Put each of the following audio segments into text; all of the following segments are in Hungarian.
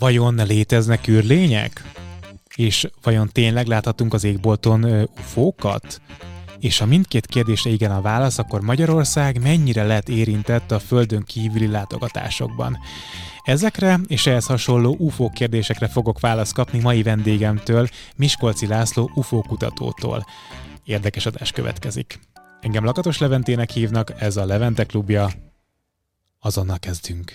Vajon léteznek űrlények? És vajon tényleg láthatunk az égbolton UFO-kat? És ha mindkét kérdésre igen a válasz, akkor Magyarország mennyire lett érintett a földön kívüli látogatásokban? Ezekre és ehhez hasonló UFO kérdésekre fogok választ kapni mai vendégemtől, Miskolci László UFO kutatótól. Érdekes adás következik. Engem Lakatos Leventének hívnak, ez a Levente Klubja. Azonnal kezdünk.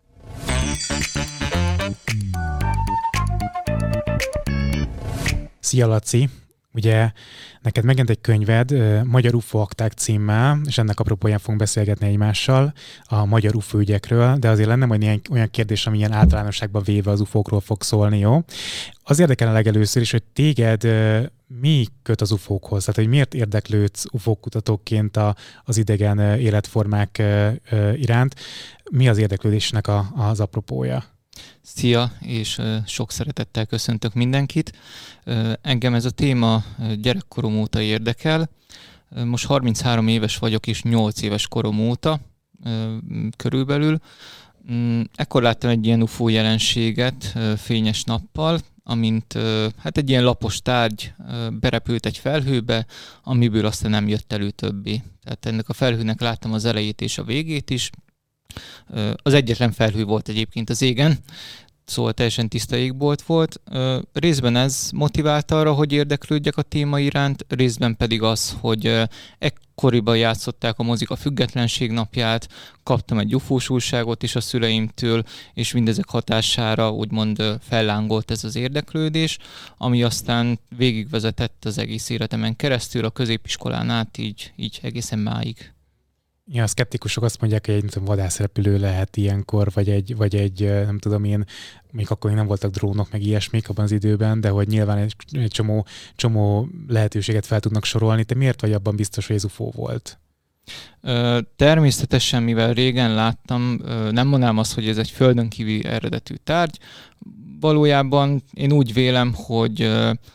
Szia Laci! Ugye neked megjelent egy könyved, Magyar UFO akták címmel, és ennek apropóján fogunk beszélgetni egymással a magyar UFO ügyekről, de azért lenne majd olyan kérdés, ami ilyen általánosságban véve az UFO-król fog szólni, jó? Az érdekel a legelőször is, hogy téged mi köt az UFO-khoz? Tehát, hogy miért érdeklődsz UFO kutatóként az idegen életformák iránt? Mi az érdeklődésnek az apropója? Szia, és sok szeretettel köszöntök mindenkit. Engem ez a téma gyerekkorom óta érdekel. Most 33 éves vagyok, és 8 éves korom óta körülbelül. Ekkor láttam egy ilyen UFO jelenséget fényes nappal, amint hát egy ilyen lapos tárgy berepült egy felhőbe, amiből aztán nem jött elő többé. Tehát ennek a felhőnek láttam az elejét és a végét is. Az egyetlen felhő volt egyébként az égen, szóval teljesen tiszta égbolt volt. Részben ez motiválta arra, hogy érdeklődjek a téma iránt, részben pedig az, hogy ekkoriban játszották a mozik a Függetlenség napját, kaptam egy UFO-s újságot is a szüleimtől, és mindezek hatására úgymond fellángolt ez az érdeklődés, ami aztán végigvezetett az egész életemen keresztül, a középiskolán át, így egészen máig. Ja, a szkeptikusok azt mondják, hogy egy vadászrepülő lehet ilyenkor, vagy egy nem tudom én, még akkor nem voltak drónok, meg ilyesmik abban az időben, de hogy nyilván egy csomó lehetőséget fel tudnak sorolni. Te miért vagy abban biztos, hogy ez UFO volt? Természetesen, mivel régen láttam, nem mondanám azt, hogy ez egy földön kívüli eredetű tárgy. Valójában én úgy vélem, hogy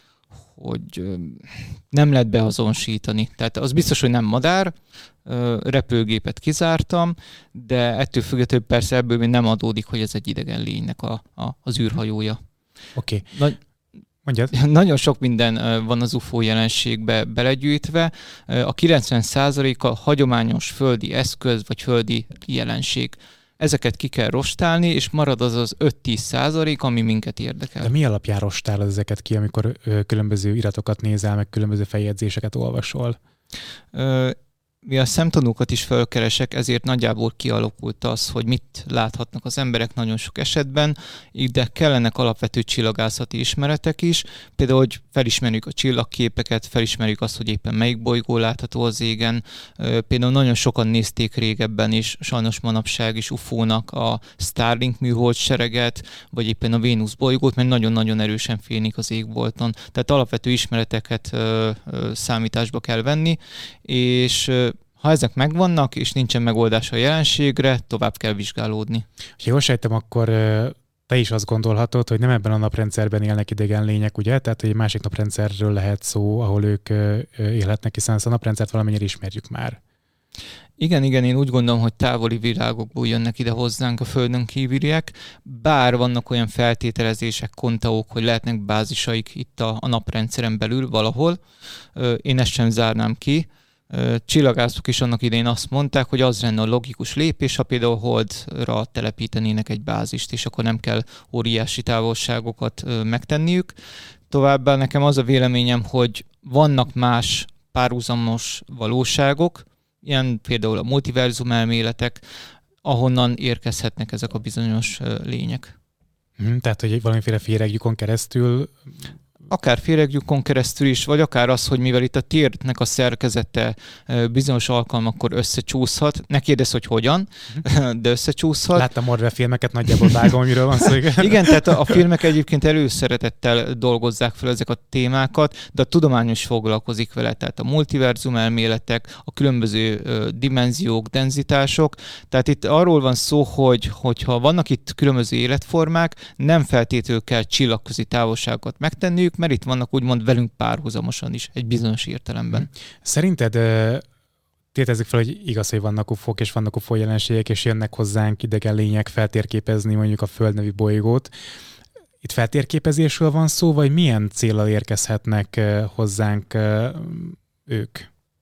nem lehet beazonosítani. Tehát az biztos, hogy nem madár, repülőgépet kizártam, de ettől függetlenül persze ebből még nem adódik, hogy ez egy idegen lénynek az űrhajója. Oké. Mondjad. Nagyon sok minden van az UFO jelenségbe belegyűjtve. A 90%-a hagyományos földi eszköz vagy földi jelenség. Ezeket ki kell rostálni, és marad az 5-10%, ami minket érdekel. De mi alapján rostálod ezeket ki, amikor különböző iratokat nézel, meg különböző feljegyzéseket olvasol? Mi a szemtanúkat is felkeresek, ezért nagyjából kialakult az, hogy mit láthatnak az emberek nagyon sok esetben, de kellenek alapvető csillagászati ismeretek is, például, hogy felismerjük a csillagképeket, felismerjük azt, hogy éppen melyik bolygó látható az égen. Például nagyon sokan nézték régebben is, sajnos manapság is UFO-nak a Starlink műholdsereget, vagy éppen a Vénusz bolygót, mert nagyon-nagyon erősen fénylik az égbolton. Tehát alapvető ismereteket számításba kell venni, és ha ezek megvannak, és nincsen megoldás a jelenségre, tovább kell vizsgálódni. Ha jól sejtem, akkor te is azt gondolhatod, hogy nem ebben a naprendszerben élnek idegen lények, ugye? Tehát, hogy egy másik naprendszerről lehet szó, ahol ők élhetnek, hiszen ezt a naprendszert valamennyire ismerjük már. Igen, én úgy gondolom, hogy távoli világokból jönnek ide hozzánk a Földön kívüliek, bár vannak olyan feltételezések, kontaók, hogy lehetnek bázisaik itt a naprendszeren belül valahol. Én ezt sem zárnám ki. Csillagászok is annak idején azt mondták, hogy az lenne a logikus lépés, ha például Holdra telepítenének egy bázist, és akkor nem kell óriási távolságokat megtenniük. Továbbá nekem az a véleményem, hogy vannak más párhuzamos valóságok, ilyen például a multiverzum elméletek, ahonnan érkezhetnek ezek a bizonyos lények. Tehát, hogy valamiféle féreglyukon keresztül... Akár féreglyukon keresztül is, vagy akár az, hogy mivel itt a térdnek a szerkezete bizonyos alkalmakkor összecsúszhat. Ne kérdezz, hogy hogyan, de összecsúszhat. Láttam Marvel filmeket, nagyjából vágom, amiről van szó. Igen, tehát a filmek egyébként előszeretettel dolgozzák fel ezek a témákat, de a tudományos foglalkozik vele, tehát a multiverzum elméletek, a különböző dimenziók, denzitások. Tehát itt arról van szó, hogy ha vannak itt különböző életformák, nem feltétlenül kell csillagközi távolságokat megtenniük, mert itt vannak úgymond velünk párhuzamosan is, egy bizonyos értelemben. Szerinted tételezzük fel, hogy igaz, hogy vannak UFO-k és vannak UFO jelenségek, és jönnek hozzánk idegen lények feltérképezni mondjuk a Föld nevű bolygót. itt feltérképezésről van szó, vagy milyen céllal érkezhetnek hozzánk ők?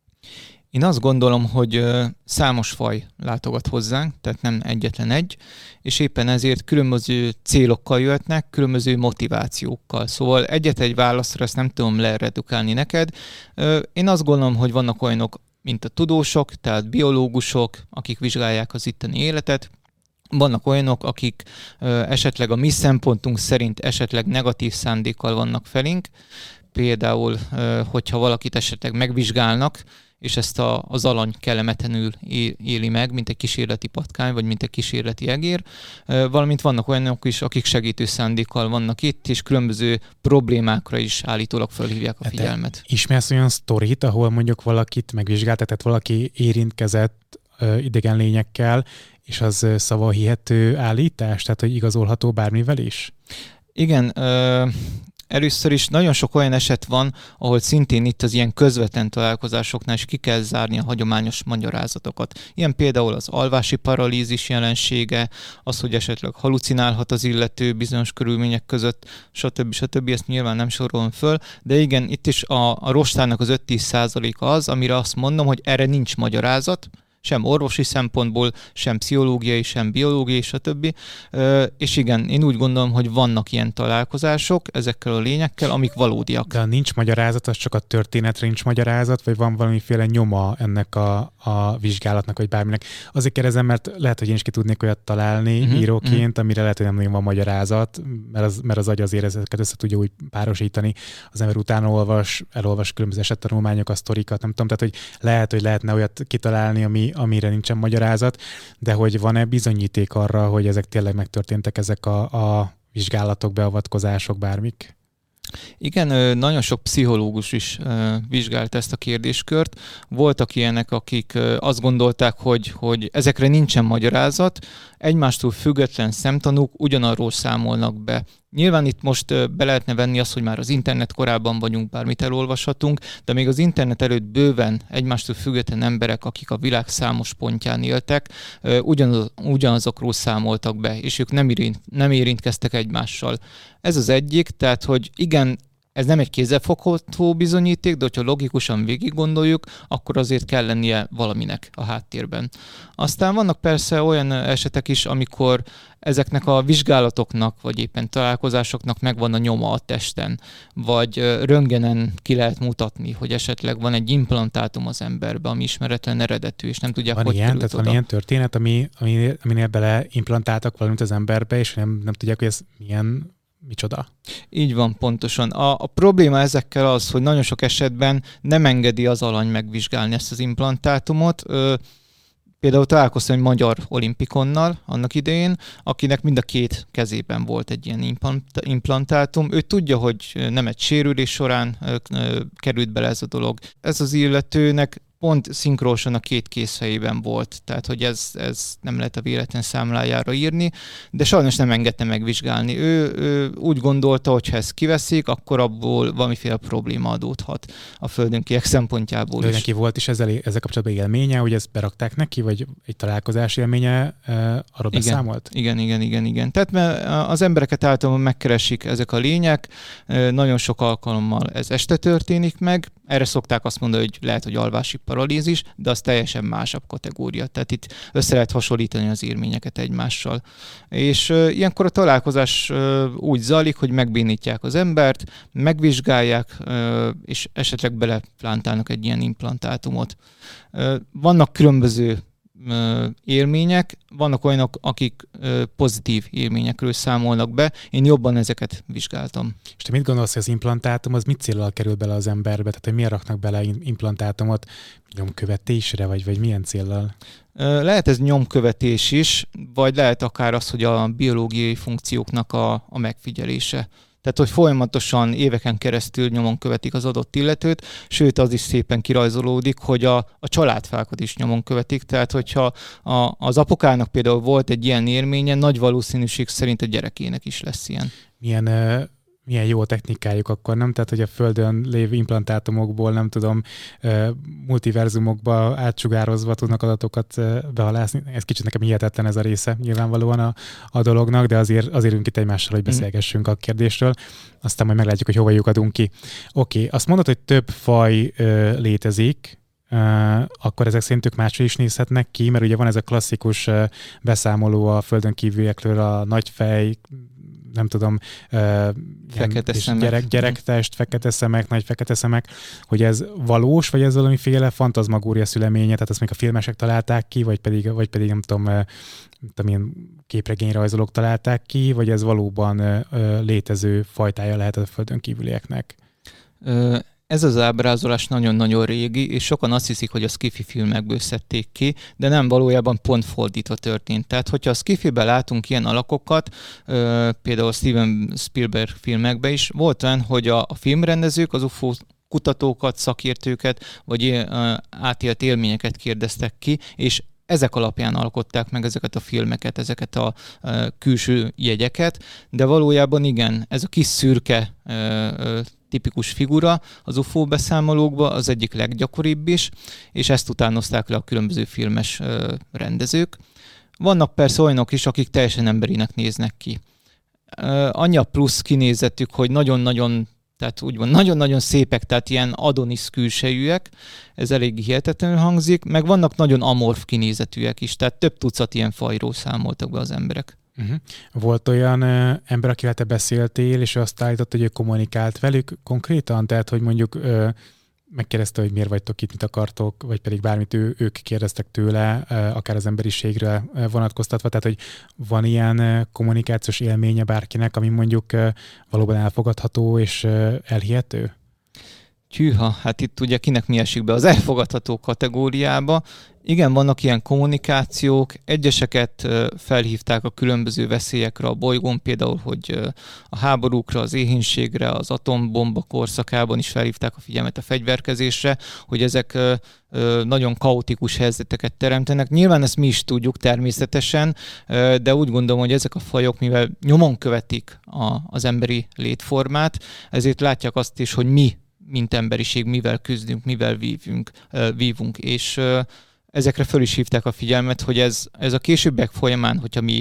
Én azt gondolom, hogy számos faj látogat hozzánk, tehát nem egyetlen egy, és éppen ezért különböző célokkal jöhetnek, különböző motivációkkal. Szóval egy válaszra ezt nem tudom leredukálni neked. Én azt gondolom, hogy vannak olyanok, mint a tudósok, tehát biológusok, akik vizsgálják az itteni életet. Vannak olyanok, akik esetleg a mi szempontunk szerint esetleg negatív szándékkal vannak felénk. Például, hogyha valakit esetleg megvizsgálnak, és ezt az alany kellemetlenül éli meg, mint egy kísérleti patkány, vagy mint egy kísérleti egér. Valamint vannak olyanok is, akik segítő szándékkal vannak itt, és különböző problémákra is állítólag felhívják a figyelmet. Ismersz olyan sztorit, ahol mondjuk valakit megvizsgált, tehát valaki érintkezett idegen lényekkel, és az szavahihető állítás, tehát hogy igazolható bármivel is? Igen, először is nagyon sok olyan eset van, ahol szintén itt az ilyen közvetlen találkozásoknál is ki kell zárni a hagyományos magyarázatokat. Ilyen például az alvási paralízis jelensége, az, hogy esetleg halucinálhat az illető bizonyos körülmények között, stb. Ezt nyilván nem sorolom föl, de igen, itt is a rostának az 5-10%-a az, amire azt mondom, hogy erre nincs magyarázat, sem orvosi szempontból, sem pszichológiai, sem biológiai, stb. És igen, én úgy gondolom, hogy vannak ilyen találkozások ezekkel a lényekkel, amik valódiak. De nincs magyarázat, az csak a történetre nincs magyarázat, vagy van valamiféle nyoma ennek a vizsgálatnak, vagy bárminek. Azért kérdezem, mert lehet, hogy én is ki tudnék olyat találni íróként, amire lehet, hogy nem nagyon van magyarázat, mert az agy azért ezeket össze tudja úgy párosítani. Az ember utána elolvas különböző esettanulmányokat, sztorikat, nem tudom, tehát hogy lehetne olyat kitalálni, amire nincsen magyarázat, de hogy van-e bizonyíték arra, hogy ezek tényleg megtörténtek, ezek a vizsgálatok, beavatkozások, bármik? Igen, nagyon sok pszichológus is vizsgált ezt a kérdéskört. Voltak ilyenek, akik azt gondolták, hogy ezekre nincsen magyarázat, egymástól független szemtanúk ugyanarról számolnak be. Nyilván itt most be lehetne venni azt, hogy már az internet korában vagyunk, bármit elolvashatunk, de még az internet előtt bőven egymástól független emberek, akik a világ számos pontján éltek, ugyanazokról számoltak be, és ők nem érintkeztek egymással. Ez az egyik, tehát hogy igen, ez nem egy kézzelfogható bizonyíték, de hogyha logikusan végig gondoljuk, akkor azért kell lennie valaminek a háttérben. Aztán vannak persze olyan esetek is, amikor ezeknek a vizsgálatoknak, vagy éppen találkozásoknak megvan a nyoma a testen, vagy röntgenen ki lehet mutatni, hogy esetleg van egy implantátum az emberbe, ami ismeretlen eredetű, és nem tudják, van hogy ilyen, került tehát van ilyen történet, aminél beleimplantáltak valamit az emberbe, és nem tudják, hogy ez micsoda? Így van, pontosan. A probléma ezekkel az, hogy nagyon sok esetben nem engedi az alany megvizsgálni ezt az implantátumot. Például találkoztam egy magyar olimpikonnal annak idején, akinek mind a két kezében volt egy ilyen implantátum. Ő tudja, hogy nem egy sérülés során került bele ez a dolog. Ez az illetőnek pont szinkrósan a két kézfejében volt, tehát hogy ez nem lehet a véletlen számlájára írni, de sajnos nem engedte megvizsgálni. Ő úgy gondolta, hogy ha ezt kiveszik, akkor abból valamiféle probléma adódhat a földönkiek szempontjából is. Neki volt is ezzel kapcsolatban élménye, hogy ezt berakták neki, vagy egy találkozás élménye arról beszámolt? Igen. Tehát mert az embereket általában megkeresik ezek a lények, nagyon sok alkalommal ez este történik meg, erre szokták azt mondani, hogy lehet, hogy alvási paralízis, de az teljesen másabb kategória. Tehát itt össze lehet hasonlítani az élményeket egymással. És ilyenkor a találkozás úgy zajlik, hogy megbénítják az embert, megvizsgálják, és esetleg beleplántálnak egy ilyen implantátumot. Vannak különböző élmények, vannak olyanok, akik pozitív élményekről számolnak be. Én jobban ezeket vizsgáltam. És te mit gondolsz, hogy az implantátum az mit céllal kerül bele az emberbe? Tehát, hogy miért raknak bele implantátumot? Nyomkövetésre, vagy milyen céllal? Lehet ez nyomkövetés is, vagy lehet akár az, hogy a biológiai funkcióknak a megfigyelése. Tehát, hogy folyamatosan éveken keresztül nyomon követik az adott illetőt, sőt, az is szépen kirajzolódik, hogy a családfákat is nyomon követik. Tehát, hogyha az apukának például volt egy ilyen élménye, nagy valószínűség szerint a gyerekének is lesz ilyen. milyen jó technikájuk akkor, nem? Tehát, hogy a Földön lévő implantátumokból, nem tudom, multiverzumokba átsugározva tudnak adatokat behalászni. Ez kicsit nekem hihetetlen ez a része nyilvánvalóan a dolognak, de azért ülünk itt egymással, hogy beszélgessünk a kérdésről. Aztán majd meglátjuk, hogy hova lyukadunk ki. Oké, azt mondod, hogy több faj létezik, akkor ezek szerint ők máshogy is nézhetnek ki, mert ugye van ez a klasszikus beszámoló a földön kívüliekről, a nagyfej, nem tudom, fekete szemek. Gyerektest, fekete szemek, nagy fekete szemek, hogy ez valós, vagy ez valamiféle fantazmagória szüleménye, tehát azt még a filmesek találták ki, vagy pedig nem tudom, milyen képregényrajzolók találták ki, vagy ez valóban létező fajtája lehet a földön kívülieknek? Ez az ábrázolás nagyon-nagyon régi, és sokan azt hiszik, hogy a sci-fi filmekből szedték ki, de nem, valójában pont fordítva történt. Tehát, hogyha a sci-fiben látunk ilyen alakokat, például Steven Spielberg filmekben is, volt olyan, hogy a filmrendezők, az UFO kutatókat, szakértőket, vagy átélt élményeket kérdeztek ki, és ezek alapján alkották meg ezeket a filmeket, ezeket a külső jegyeket, de valójában igen, ez a kis szürke tipikus figura az UFO beszámolókban az egyik leggyakoribb is, és ezt utánozták le a különböző filmes rendezők. Vannak persze olyanok is, akik teljesen emberinek néznek ki. Annyi a plusz kinézetük, hogy nagyon-nagyon, tehát úgymond nagyon-nagyon szépek, tehát ilyen Adonis külsejűek, ez elég hihetetlenül hangzik, meg vannak nagyon amorf kinézetűek is, tehát több tucat ilyen fajról számoltak be az emberek. Volt olyan ember, akivel te beszéltél, és azt állított, hogy ő kommunikált velük konkrétan? Tehát, hogy mondjuk megkérdezte, hogy miért vagytok itt, mit akartok, vagy pedig bármit ők kérdeztek tőle, akár az emberiségre vonatkoztatva. Tehát, hogy van ilyen kommunikációs élménye bárkinek, ami mondjuk valóban elfogadható és elhihető? Hűha, hát itt ugye kinek mi esik be az elfogadható kategóriába. Igen, vannak ilyen kommunikációk, egyeseket felhívták a különböző veszélyekre a bolygón, például, hogy a háborúkra, az éhínségre, az atombomba korszakában is felhívták a figyelmet a fegyverkezésre, hogy ezek nagyon kaotikus helyzeteket teremtenek. Nyilván ezt mi is tudjuk természetesen, de úgy gondolom, hogy ezek a fajok, mivel nyomon követik az emberi létformát, ezért látják azt is, hogy mi, mint emberiség, mivel küzdünk, mivel vívunk, és ezekre föl is hívták a figyelmet, hogy ez a későbbiek folyamán, hogyha mi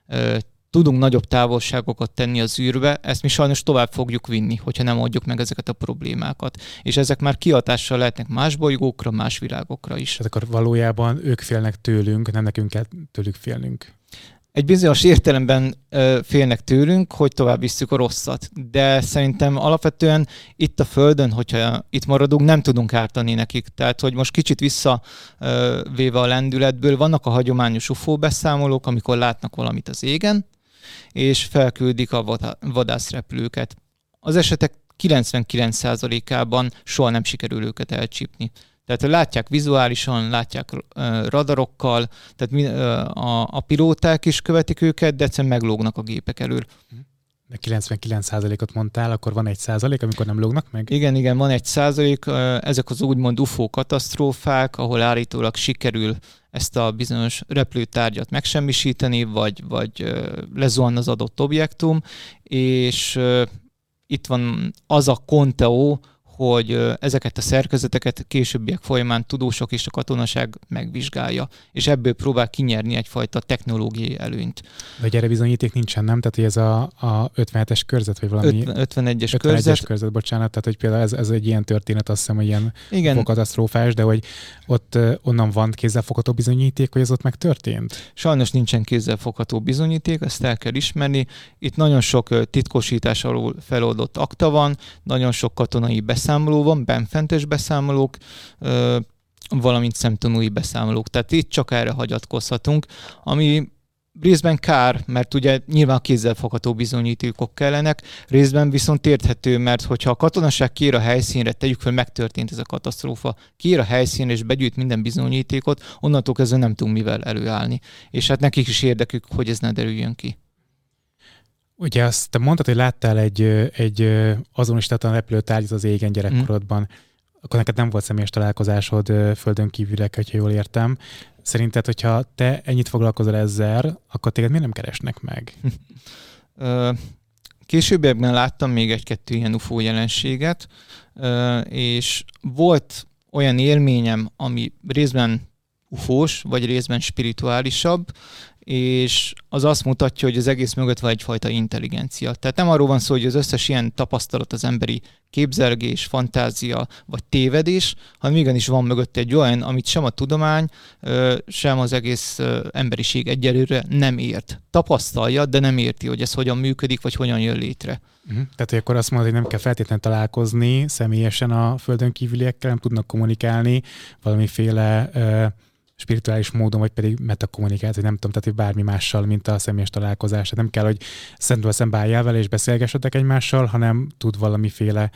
tudunk nagyobb távolságokat tenni az űrbe, ezt mi sajnos tovább fogjuk vinni, hogyha nem oldjuk meg ezeket a problémákat. És ezek már kihatással lehetnek más bolygókra, más világokra is. Tehát akkor valójában ők félnek tőlünk, nem nekünk kell tőlük félnünk. Egy bizonyos értelemben félnek tőlünk, hogy tovább visszük a rosszat. De szerintem alapvetően itt a Földön, hogyha itt maradunk, nem tudunk ártani nekik. Tehát, hogy most kicsit visszavéve a lendületből, vannak a hagyományos UFO beszámolók, amikor látnak valamit az égen, és felküldik a vadászrepülőket. Az esetek 99%-ában soha nem sikerül őket elcsípni. Tehát látják vizuálisan, látják radarokkal, tehát a pilóták is követik őket, de egyszerűen meglógnak a gépek elől. De 99%-ot mondtál, akkor van 1%, amikor nem lógnak meg? Igen, van 1%. Ezek az úgymond UFO katasztrófák, ahol állítólag sikerül ezt a bizonyos repülőtárgyat megsemmisíteni, vagy lezuhan az adott objektum, és itt van az a konteó, hogy ezeket a szerkezeteket későbbiek folyamán tudósok és a katonaság megvizsgálja, és ebből próbál kinyerni egyfajta technológiai előnyt. De erre bizonyíték nincsen, nem? Tehát, hogy ez a 57-es körzet, vagy valami... 51-es körzet. 51-es körzet, bocsánat, tehát, hogy például ez egy ilyen történet, azt hiszem, hogy ilyen katasztrófás, de hogy ott onnan van kézzelfogható bizonyíték, hogy ez ott megtörtént? Sajnos nincsen kézzelfogható bizonyíték, ezt el kell ismerni. Itt nagyon sok titkosítás alól feloldott akta van, nagyon sok katonai beszámoló van, benfentes beszámolók, valamint szemtanúi beszámolók. Tehát itt csak erre hagyatkozhatunk, ami részben kár, mert ugye nyilván kézzelfogható bizonyítékok kellenek, részben viszont érthető, mert hogyha a katonaság kiér a helyszínre, tegyük fel, megtörtént ez a katasztrófa, kiér a helyszínre és begyűjt minden bizonyítékot, onnantól kezdve nem tudunk mivel előállni. És hát nekik is érdekük, hogy ez ne derüljön ki. Ugye azt te mondtad, hogy láttál egy azonosítatlan repülőtárgyat az égen gyerekkorodban. Akkor neked nem volt személyes találkozásod földön kívülek, hogyha jól értem. Szerinted, hogyha te ennyit foglalkozol ezzel, akkor téged miért nem keresnek meg? Későbbiekben láttam még egy-kettő ilyen UFO jelenséget, és volt olyan élményem, ami részben ufós, vagy részben spirituálisabb, és az azt mutatja, hogy az egész mögött van egyfajta intelligencia. Tehát nem arról van szó, hogy az összes ilyen tapasztalat az emberi képzelgés, fantázia vagy tévedés, hanem igenis van mögött egy olyan, amit sem a tudomány, sem az egész emberiség egyelőre nem ért. Tapasztalja, de nem érti, hogy ez hogyan működik, vagy hogyan jön létre. Tehát, hogy akkor azt mondod, hogy nem kell feltétlenül találkozni személyesen a földön kívüliekkel, nem tudnak kommunikálni valamiféle spirituális módon, vagy pedig metakommunikáció, nem tudom, tehát bármi mással, mint a személyes találkozás. Tehát nem kell, hogy szemtől szembe álljál vele, és beszélgessetek egymással, hanem tud valamiféle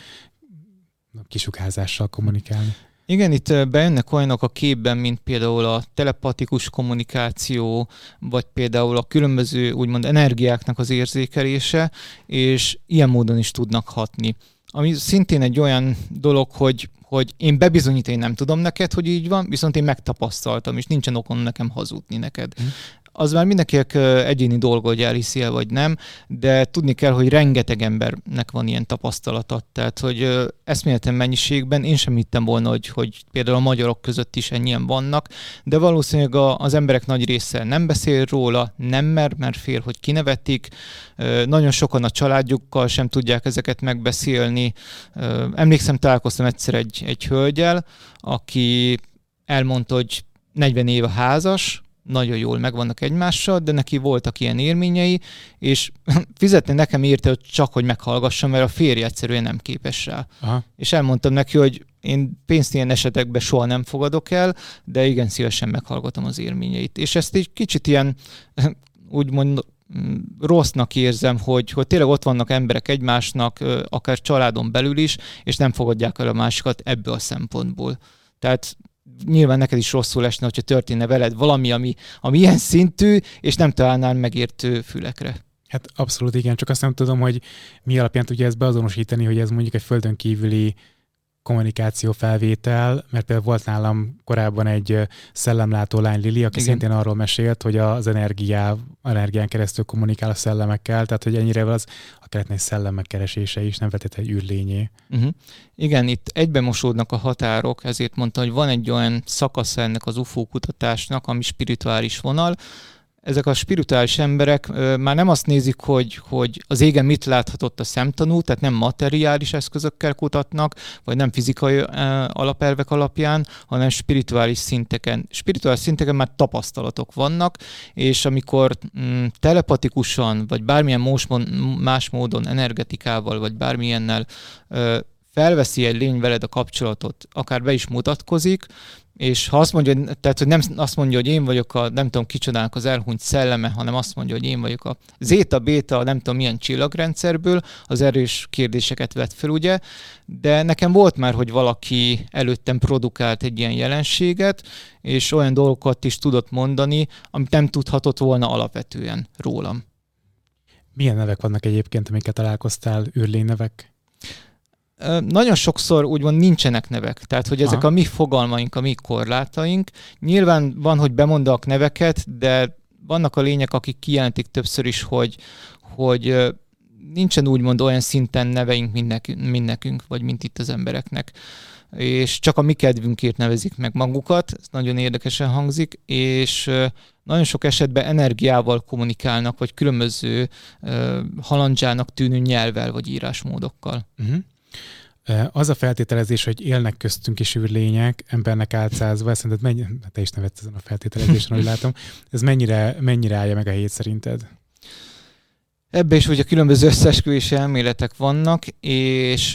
kisugárzással kommunikálni. Igen, itt bejönnek olyanok a képben, mint például a telepatikus kommunikáció, vagy például a különböző úgymond energiáknak az érzékelése, és ilyen módon is tudnak hatni. Ami szintén egy olyan dolog, hogy én bebizonyítani nem tudom neked, hogy így van, viszont én megtapasztaltam, és nincsen okom nekem hazudni neked. Az már mindenkinek egyéni dolga, hogy elhiszi-e vagy nem, de tudni kell, hogy rengeteg embernek van ilyen tapasztalata. Tehát, hogy eszméletlen mennyiségben én sem hittem volna, hogy például a magyarok között is ennyien vannak, de valószínűleg az emberek nagy része nem beszél róla, nem mert fél, hogy kinevetik. Nagyon sokan a családjukkal sem tudják ezeket megbeszélni. Emlékszem, találkoztam egyszer egy hölgyel, aki elmondta, hogy 40 éve házas, nagyon jól megvannak egymással, de neki voltak ilyen élményei, és fizetni nekem érte, csak hogy meghallgassam, mert a férje egyszerűen nem képes rá. Aha. És elmondtam neki, hogy én pénzt ilyen esetekben soha nem fogadok el, de igen szívesen meghallgatom az élményeit. És ezt egy kicsit ilyen, úgymond rossznak érzem, hogy tényleg ott vannak emberek egymásnak, akár családon belül is, és nem fogadják el a másikat ebből a szempontból. Tehát nyilván neked is rosszul esne, hogyha történne veled valami, ami ilyen szintű, és nem találnál megértő fülekre. Hát abszolút igen, csak azt nem tudom, hogy mi alapján tudja ezt beazonosítani, hogy ez mondjuk egy földön kívüli kommunikáció felvétel, mert például volt nálam korábban egy szellemlátó lány Lili, aki igen. Szintén arról mesélt, hogy az energián keresztül kommunikál a szellemekkel, tehát hogy ennyire az akár egy szellemek keresése is, nem feltétlenül egy űrlényé. Igen, itt egybe mosódnak a határok, ezért mondta, hogy van egy olyan szakasz ennek az UFO kutatásnak, ami spirituális vonal. Ezek a spirituális emberek már nem azt nézik, hogy az égen mit láthatott a szemtanú, tehát nem materiális eszközökkel kutatnak, vagy nem fizikai alapelvek alapján, hanem spirituális szinteken. Spirituális szinteken már tapasztalatok vannak, és amikor telepatikusan, vagy bármilyen más módon, energetikával, vagy bármilyennel felveszi egy lény veled a kapcsolatot, akár be is mutatkozik, és ha azt mondja, tehát, hogy nem azt mondja, hogy én vagyok a nem tudom kicsodának az elhunyt szelleme, hanem azt mondja, hogy én vagyok a zéta, béta, nem tudom milyen csillagrendszerből, az erős kérdéseket vett fel, ugye, de nekem volt már, hogy valaki előttem produkált egy ilyen jelenséget, és olyan dolgokat is tudott mondani, amit nem tudhatott volna alapvetően rólam. Milyen nevek vannak egyébként, amiket találkoztál, űrlénynevek? Nagyon sokszor úgymond nincsenek nevek, tehát hogy ezek a mi fogalmaink, a mi korlátaink. Nyilván van, hogy bemondok neveket, de vannak a lények, akik kijelentik többször is, hogy nincsen úgymond olyan szinten neveink, mint nekünk, vagy mint itt az embereknek. És csak a mi kedvünkért nevezik meg magukat, ez nagyon érdekesen hangzik, és nagyon sok esetben energiával kommunikálnak, vagy különböző halandzsának tűnő nyelvvel, vagy írásmódokkal. Az a feltételezés, hogy élnek köztünk is űrlények, embernek álcázva, szerinted te is nevetsz ezen a feltételezésen, ahogy látom, ez mennyire állja meg a hét szerinted? Ebben is ugye különböző összeesküvési elméletek vannak, és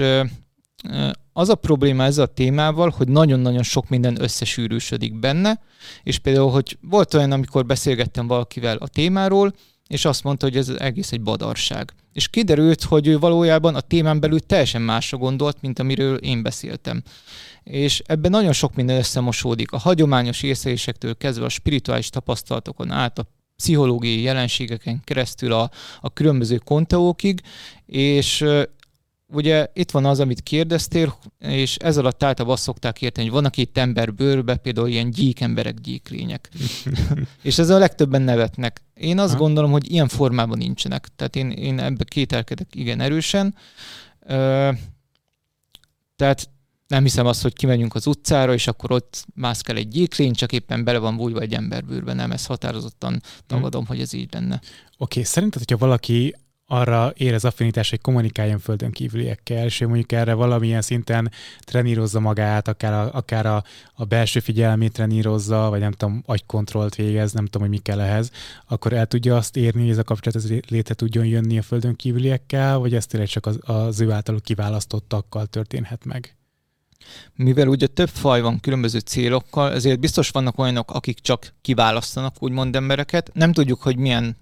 az a probléma ezzel a témával, hogy nagyon-nagyon sok minden összesűrűsödik benne, és például, hogy volt olyan, amikor beszélgettem valakivel a témáról, és azt mondta, hogy ez egész egy badarság. És kiderült, hogy ő valójában a témán belül teljesen másra gondolt, mint amiről én beszéltem. És ebben nagyon sok minden összemosódik. A hagyományos észlelésektől kezdve a spirituális tapasztalatokon át, a pszichológiai jelenségeken keresztül a különböző konteókig, és ugye itt van az, amit kérdeztél, és ez alatt általában azt szokták érteni, hogy vannak itt emberbőrbe, például ilyen gyíkemberek, gyíklények. És ezzel a legtöbben nevetnek. Én azt gondolom, hogy ilyen formában nincsenek. Tehát én ebbe kételkedek igen erősen. Tehát nem hiszem azt, hogy kimegyünk az utcára, és akkor ott mászkál egy gyíklény, csak éppen bele van bújva egy emberbőrbe. Nem, ezt határozottan tagadom, hogy ez így lenne. Oké, szerinted, hogyha valaki arra érez affinitást, hogy kommunikáljon földön kívüliekkel, és ő mondjuk erre valamilyen szinten trenírozza magát, akár a belső figyelmét trenírozza, vagy nem tudom, agykontrollt végez, nem tudom, hogy mi kell ehhez, akkor el tudja azt érni, hogy ez a kapcsolat létre tudjon jönni a földön kívüliekkel, vagy ez tényleg csak az ő általuk kiválasztottakkal történhet meg? Mivel ugye több faj van különböző célokkal, ezért biztos vannak olyanok, akik csak kiválasztanak úgymond embereket. Nem tudjuk, hogy milyen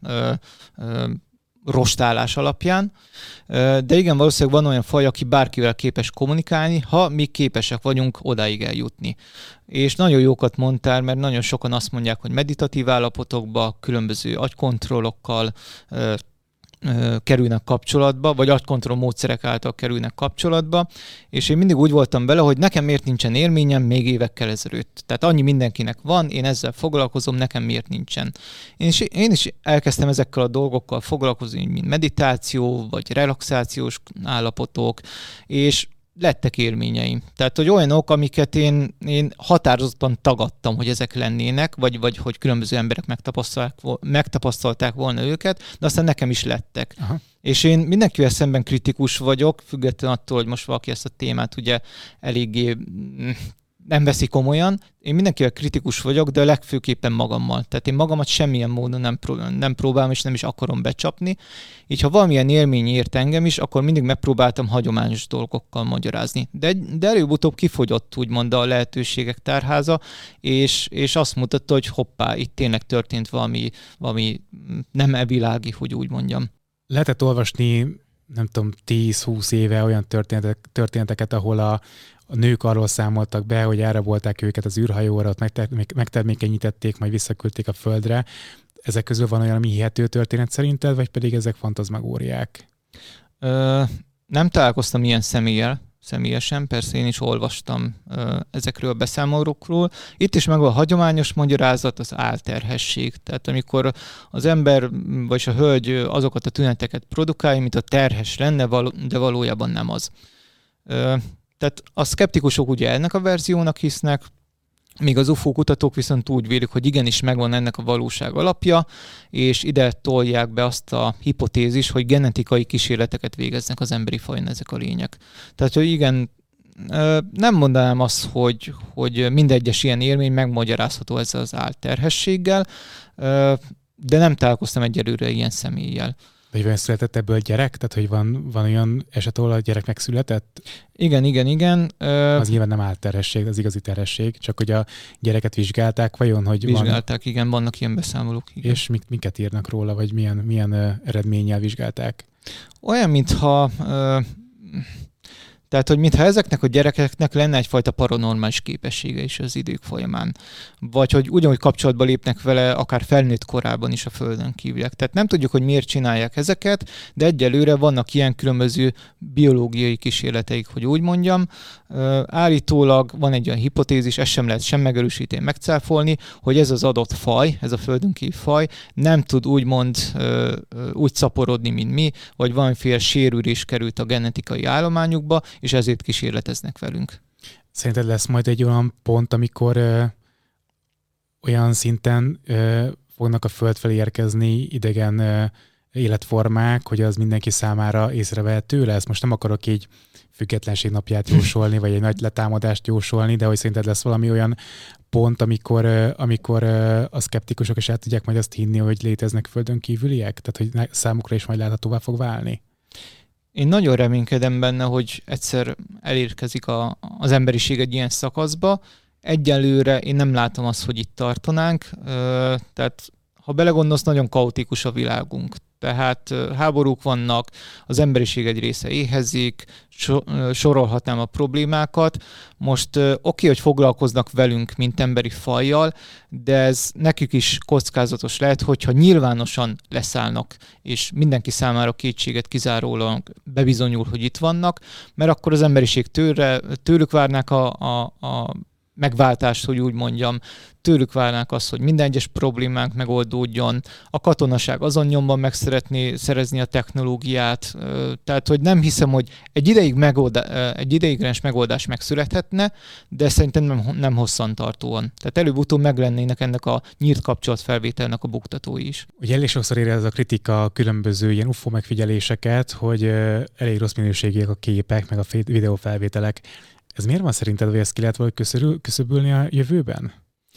rostálás alapján, de igen, valószínűleg van olyan faj, aki bárkivel képes kommunikálni, ha mi képesek vagyunk odáig eljutni. És nagyon jókat mondtál, mert nagyon sokan azt mondják, hogy meditatív állapotokba, különböző agykontrollokkal kerülnek kapcsolatba, vagy agykontroll módszerek által kerülnek kapcsolatba, és én mindig úgy voltam vele, hogy nekem miért nincsen élményem még évekkel ezelőtt. Tehát annyi mindenkinek van, én ezzel foglalkozom, nekem miért nincsen. Én is elkezdtem ezekkel a dolgokkal foglalkozni, mint meditáció, vagy relaxációs állapotok, és lettek élményeim. Tehát, hogy olyanok, amiket én határozottan tagadtam, hogy ezek lennének, vagy hogy különböző emberek megtapasztalták volna őket, de aztán nekem is lettek. Aha. És én mindenkivel szemben kritikus vagyok, függetlenül attól, hogy most valaki ezt a témát ugye eléggé nem veszi komolyan. Én mindenkivel kritikus vagyok, de legfőképpen magammal. Tehát én magamat semmilyen módon nem próbálom, és nem is akarom becsapni. Így ha valamilyen élmény ért engem is, akkor mindig megpróbáltam hagyományos dolgokkal magyarázni. De előbb-utóbb kifogyott úgymond a lehetőségek tárháza, és azt mutatta, hogy hoppá, itt tényleg történt valami nem evilági, hogy úgy mondjam. Lehetett olvasni, nem tudom, 10-20 éve olyan történeteket, ahol a nők arról számoltak be, hogy elrabolták őket az űrhajóra, ott megtermékenyítették, majd visszaküldték a földre. Ezek közül van olyan, ami hihető történet szerinted, vagy pedig ezek fantazmagóriák? Nem találkoztam ilyen személyesen, persze én is olvastam ezekről a beszámolókról. Itt is megvan a hagyományos magyarázat, az álterhesség. Tehát amikor az ember vagy a hölgy azokat a tüneteket produkálja, mint a terhes lenne, de valójában nem az. Tehát a szkeptikusok ugye ennek a verziónak hisznek, míg az UFO kutatók viszont úgy vélik, hogy igenis megvan ennek a valóság alapja, és ide tolják be azt a hipotézis, hogy genetikai kísérleteket végeznek az emberi fajon ezek a lények. Tehát, hogy igen, nem mondanám azt, hogy mindegyes ilyen élmény megmagyarázható ezzel az álterhességgel, de nem találkoztam egyelőre ilyen személlyel. Vagy olyan született ebből gyerek? Tehát, hogy van olyan eset, ahol a gyerek megszületett? Igen. Az nyilván nem álterhesség, az igazi terhesség, csak hogy a gyereket vizsgálták, vajon, hogy vizsgálták, igen, vannak ilyen beszámolók. Igen. És miket írnak róla, vagy milyen eredménnyel vizsgálták? Olyan, mintha mintha ezeknek a gyerekeknek lenne egyfajta paranormális képessége is az idők folyamán. Vagy hogy ugyanúgy kapcsolatba lépnek vele akár felnőtt korában is a földön kívüliek. Tehát nem tudjuk, hogy miért csinálják ezeket, de egyelőre vannak ilyen különböző biológiai kísérleteik, hogy úgy mondjam. Állítólag van egy olyan hipotézis, ezt sem lehet sem megerősíteni, megcáfolni, hogy ez az adott faj, ez a földön kívüli faj nem tud úgymond úgy szaporodni, mint mi, vagy valamiféle sérülés került a genetikai állományukba, és ezért kísérleteznek velünk. Szerinted lesz majd egy olyan pont, amikor olyan szinten fognak a föld felé érkezni idegen életformák, hogy az mindenki számára észrevehető lesz? Most nem akarok így függetlenség napját jósolni, vagy egy nagy letámadást jósolni, de hogy szerinted lesz valami olyan pont, amikor a szkeptikusok is el tudják majd azt hinni, hogy léteznek földön kívüliek? Tehát, hogy számukra is majd láthatóvá fog válni? Én nagyon reménykedem benne, hogy egyszer elérkezik az emberiség egy ilyen szakaszba. Egyelőre én nem látom azt, hogy itt tartanánk. Tehát ha belegondolsz, nagyon kaotikus a világunk. Tehát háborúk vannak, az emberiség egy része éhezik, sorolhatnám a problémákat. Most oké, hogy foglalkoznak velünk, mint emberi fajjal, de ez nekik is kockázatos lehet, hogyha nyilvánosan leszállnak, és mindenki számára kétséget kizárólag bebizonyul, hogy itt vannak, mert akkor az emberiség tőlük várnák a megváltást, hogy úgy mondjam, tőlük várnák azt, hogy minden egyes problémánk megoldódjon, a katonaság azon nyomban meg szeretné szerezni a technológiát, tehát hogy nem hiszem, hogy egy ideiglenes megoldás megszülethetne, de szerintem nem hosszantartóan. Tehát előbb-utóbb meglennének ennek a nyílt kapcsolatfelvételnek a buktatói is. Ugye elég sokszor ér ez a kritika különböző ilyen UFO megfigyeléseket, hogy elég rossz minőségűek a képek, meg a videófelvételek. Ez miért van szerinted, hogy ezt ki lehet valahogy küszöbölni a jövőben?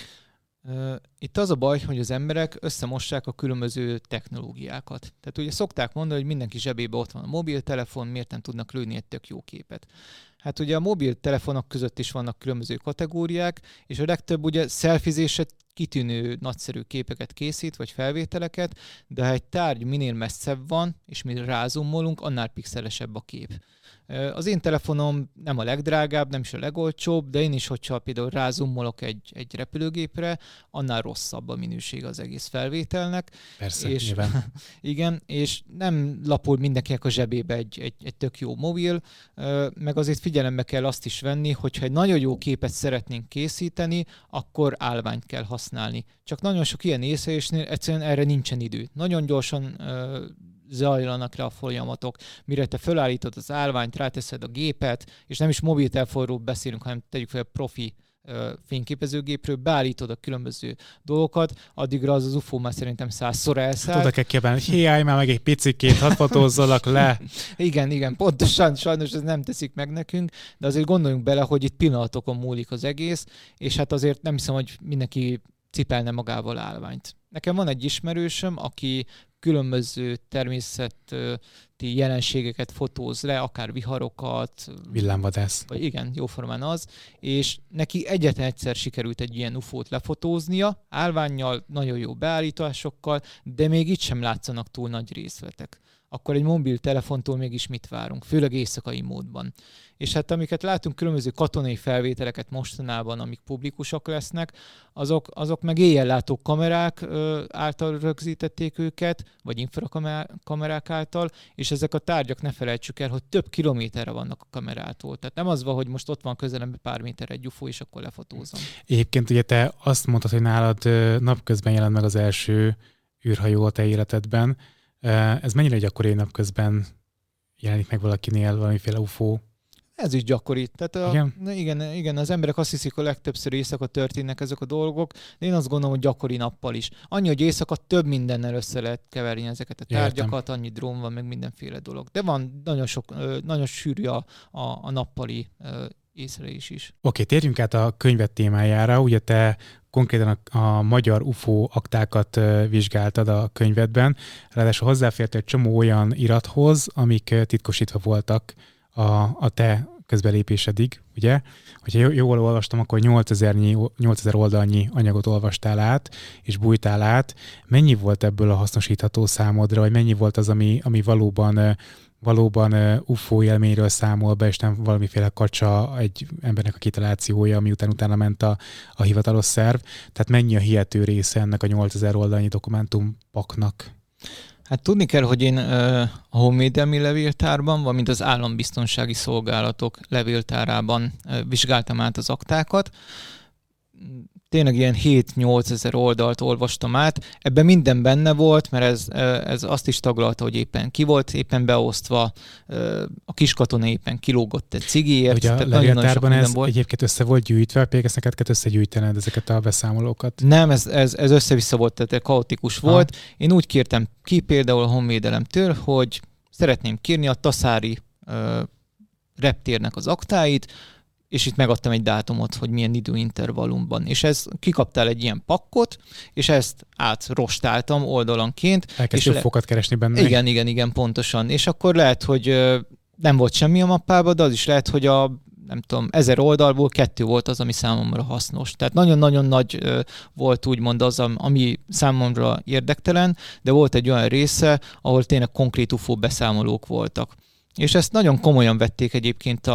Itt az a baj, hogy az emberek összemossák a különböző technológiákat. Tehát ugye szokták mondani, hogy mindenki zsebébe ott van a mobiltelefon, miért nem tudnak lőni egy tök jó képet. Hát ugye a mobiltelefonok között is vannak különböző kategóriák, és a legtöbb ugye szelfizésre kitűnő nagyszerű képeket készít, vagy felvételeket, de ha egy tárgy minél messzebb van, és mi rázumolunk, annál pixelesebb a kép. Az én telefonom nem a legdrágább, nem is a legolcsóbb, de én is, hogyha például rázumolok egy repülőgépre, annál rosszabb a minőség az egész felvételnek. Persze, és, nyilván. Igen, és nem lapul mindenkinek a zsebébe egy tök jó mobil, meg azért figyelembe kell azt is venni, hogyha egy nagyon jó képet szeretnénk készíteni, akkor állványt kell használni. Csak nagyon sok ilyen észlelésnél egyszerűen erre nincsen idő. Nagyon gyorsan zajlanak le a folyamatok, mire te fölállítod az állványt, ráteszed a gépet, és nem is mobiltelefonról beszélünk, hanem tegyük fel profi fényképezőgépről, beállítod a különböző dolgokat, addigra az UFO már szerintem 100-szor elszállt. Oda kell kiabálni, hogy hiány már meg egy picikét, hadd fotózzalak le. Igen, pontosan, sajnos ez nem teszik meg nekünk, de azért gondoljunk bele, hogy itt pillanatokon múlik az egész, és hát azért nem hiszem, hogy mindenki cipelne magával állványt. Nekem van egy ismerősöm, aki különböző természeti jelenségeket fotóz le, akár viharokat. Villámvadász. Vagy igen, jóformán az, és neki egyetlen egyszer sikerült egy ilyen UFO-t lefotóznia, állvánnyal, nagyon jó beállításokkal, de még itt sem látszanak túl nagy részletek. Akkor egy mobiltelefontól mégis mit várunk, főleg éjszakai módban. És hát amiket látunk, különböző katonai felvételeket mostanában, amik publikusak lesznek, azok meg éjjellátó kamerák által rögzítették őket, vagy infrakamerák által, és ezek a tárgyak, ne felejtsük el, hogy több kilométerre vannak a kamerától. Tehát nem az van, hogy most ott van közelemben pár méter egy UFO, és akkor lefotózom. Egyébként ugye te azt mondtad, hogy nálad napközben jelent meg az első űrhajó a te életedben. Ez mennyire gyakori, napközben jelenik meg valakinél valamiféle UFO? Ez is gyakori. Tehát igen, az emberek azt hiszik, hogy legtöbbször éjszaka történnek ezek a dolgok, de én azt gondolom, hogy gyakori nappal is. Annyi, hogy éjszaka több mindennel össze lehet keverni ezeket a tárgyakat, annyi drón van, meg mindenféle dolog. De van nagyon sűrű a nappali észlelés is. Oké, térjünk át a könyved témájára. Ugye te konkrétan a magyar UFO aktákat vizsgáltad a könyvedben, ráadásul hozzáfért egy csomó olyan irathoz, amik titkosítva voltak a te közbelépésedig, ugye? Hogyha jól olvastam, akkor 8000 oldalnyi anyagot olvastál át, és bújtál át. Mennyi volt ebből a hasznosítható számodra, vagy mennyi volt az, ami valóban UFO élményről számol be, és nem valamiféle kacsa egy embernek a kitalációja, ami utána ment a hivatalos szerv. Tehát mennyi a hihető része ennek a 8000 oldalnyi dokumentumpaknak? Hát tudni kell, hogy én a honvédelmi levéltárban, valamint az állambiztonsági szolgálatok levéltárában vizsgáltam át az aktákat. Tényleg ilyen 7-8 ezer oldalt olvastam át. Ebben minden benne volt, mert ez azt is taglalta, hogy éppen ki volt éppen beosztva, a kiskatona éppen kilógott egy cigiért. Ugye a levéltárban ez egyébként össze volt gyűjtve, pedig ezt neked kellett összegyűjtened ezeket a beszámolókat? Nem, ez össze-vissza volt, tehát kaotikus volt. Én úgy kértem ki például a honvédelemtől, hogy szeretném kérni a Taszári reptérnek az aktáit, és itt megadtam egy dátumot, hogy milyen időintervallumban. És kikaptál egy ilyen pakkot, és ezt átrostáltam oldalanként. Elkezdtél fokat keresni benne. Igen, pontosan. És akkor lehet, hogy nem volt semmi a mappában, de az is lehet, hogy nem tudom, 1000 oldalból 2 volt az, ami számomra hasznos. Tehát nagyon-nagyon nagy volt úgymond az, ami számomra érdektelen, de volt egy olyan része, ahol tényleg konkrét UFO beszámolók voltak. És ezt nagyon komolyan vették egyébként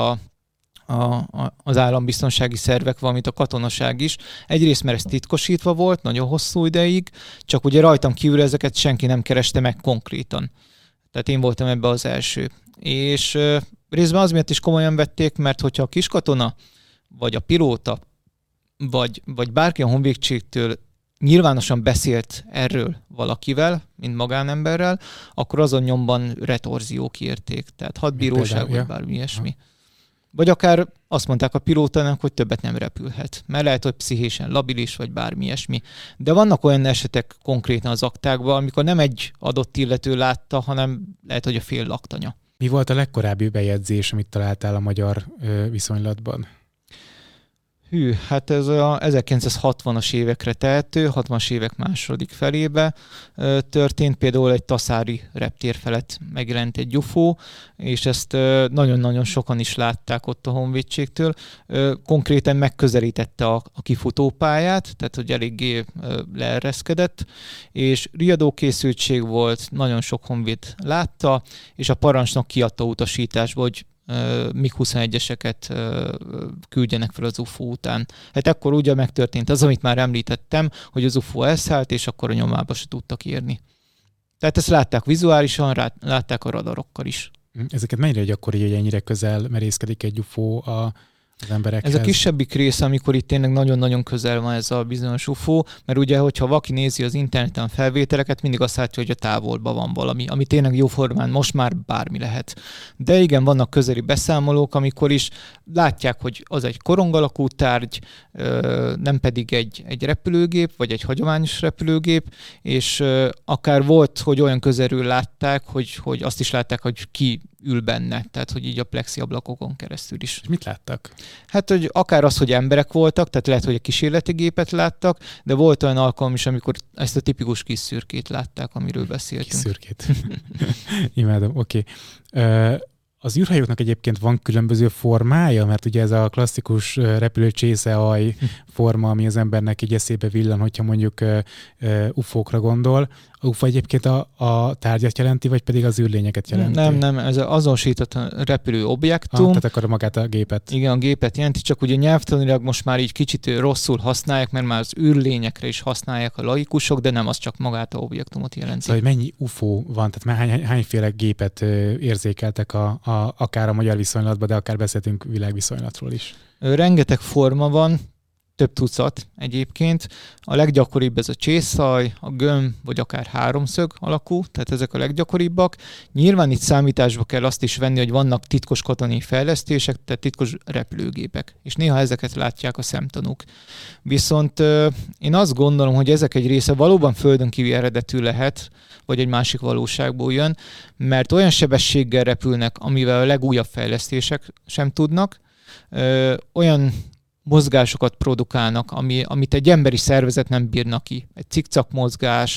az állambiztonsági szervek, valamint a katonaság is. Egyrészt, mert ez titkosítva volt, nagyon hosszú ideig, csak ugye rajtam kívül ezeket senki nem kereste meg konkrétan. Tehát én voltam ebbe az első. és részben az miatt is komolyan vették, mert hogyha a kiskatona, vagy a pilóta, vagy bárki a honvédségtől nyilvánosan beszélt erről valakivel, mint magánemberrel, akkor azon nyomban retorziók érték. Tehát hadbíróság, vagy bármi ilyesmi. Vagy akár azt mondták a pilótának, hogy többet nem repülhet. Mert lehet, hogy pszichésen labilis, vagy bármi ilyesmi. De vannak olyan esetek konkrétan az aktákban, amikor nem egy adott illető látta, hanem lehet, hogy a fél laktanya. Mi volt a legkorábbi bejegyzés, amit találtál a magyar viszonylatban? Hát ez a 1960-as évekre tehető, 60-as évek második felébe történt. Például egy taszári reptér felett megjelent egy UFO, és ezt nagyon-nagyon sokan is látták ott a honvédségtől. Konkrétan megközelítette a kifutópályát, tehát hogy eléggé leereszkedett, és riadókészültség volt, nagyon sok honvéd látta, és a parancsnok kiadta utasításba, hogy MiG-21-eseket küldjenek fel az UFO után. Hát akkor ugye megtörtént az, amit már említettem, hogy az UFO elszállt, és akkor a nyomába se tudtak érni. Tehát ezt látták vizuálisan, látták a radarokkal is. Ezeket mennyire gyakori, hogy ennyire közel merészkedik egy UFO az emberekhez? Ez a kisebbik része, amikor itt tényleg nagyon-nagyon közel van ez a bizonyos UFO, mert ugye, hogyha valaki nézi az interneten a felvételeket, mindig azt látja, hogy a távolban van valami, ami tényleg jóformán most már bármi lehet. De igen, vannak közeli beszámolók, amikor is látják, hogy az egy korong alakú tárgy, nem pedig egy repülőgép, vagy egy hagyományos repülőgép, és akár volt, hogy olyan közelről látták, hogy azt is látták, hogy ki ül benne, tehát hogy így a plexi ablakokon keresztül is. És mit láttak? Hát, hogy akár az, hogy emberek voltak, tehát lehet, hogy egy kísérleti gépet láttak, de volt olyan alkalom is, amikor ezt a tipikus kis szürkét látták, amiről beszéltünk. Kis szürkét. Imádom, oké. Az űrhajóknak egyébként van különböző formája, mert ugye ez a klasszikus repülő csészealj forma, ami az embernek így eszébe villan, hogyha mondjuk UFO-kra gondol. A UFO egyébként a tárgyat jelenti, vagy pedig az űrlényeket jelenti? Nem, ez az azonosított repülő objektum. Tehát akkor magát a gépet. Igen, a gépet jelenti, csak ugye nyelvtanilag most már így kicsit rosszul használják, mert már az űrlényekre is használják a laikusok, de nem az csak magát a objektumot jelenti. Szóval, hogy mennyi UFO van, tehát már hányféle gépet érzékeltek akár a magyar viszonylatban, de akár beszéltünk világviszonylatról is? Rengeteg forma van, több tucat egyébként. A leggyakoribb ez a csészaj, a gömb, vagy akár háromszög alakú, tehát ezek a leggyakoribbak. Nyilván itt számításba kell azt is venni, hogy vannak titkos katonai fejlesztések, tehát titkos repülőgépek, és néha ezeket látják a szemtanúk. Viszont én azt gondolom, hogy ezek egy része valóban földön kívüli eredetű lehet, vagy egy másik valóságból jön, mert olyan sebességgel repülnek, amivel a legújabb fejlesztések sem tudnak, olyan mozgásokat produkálnak, amit egy emberi szervezet nem bírna ki. Egy cikcak mozgás,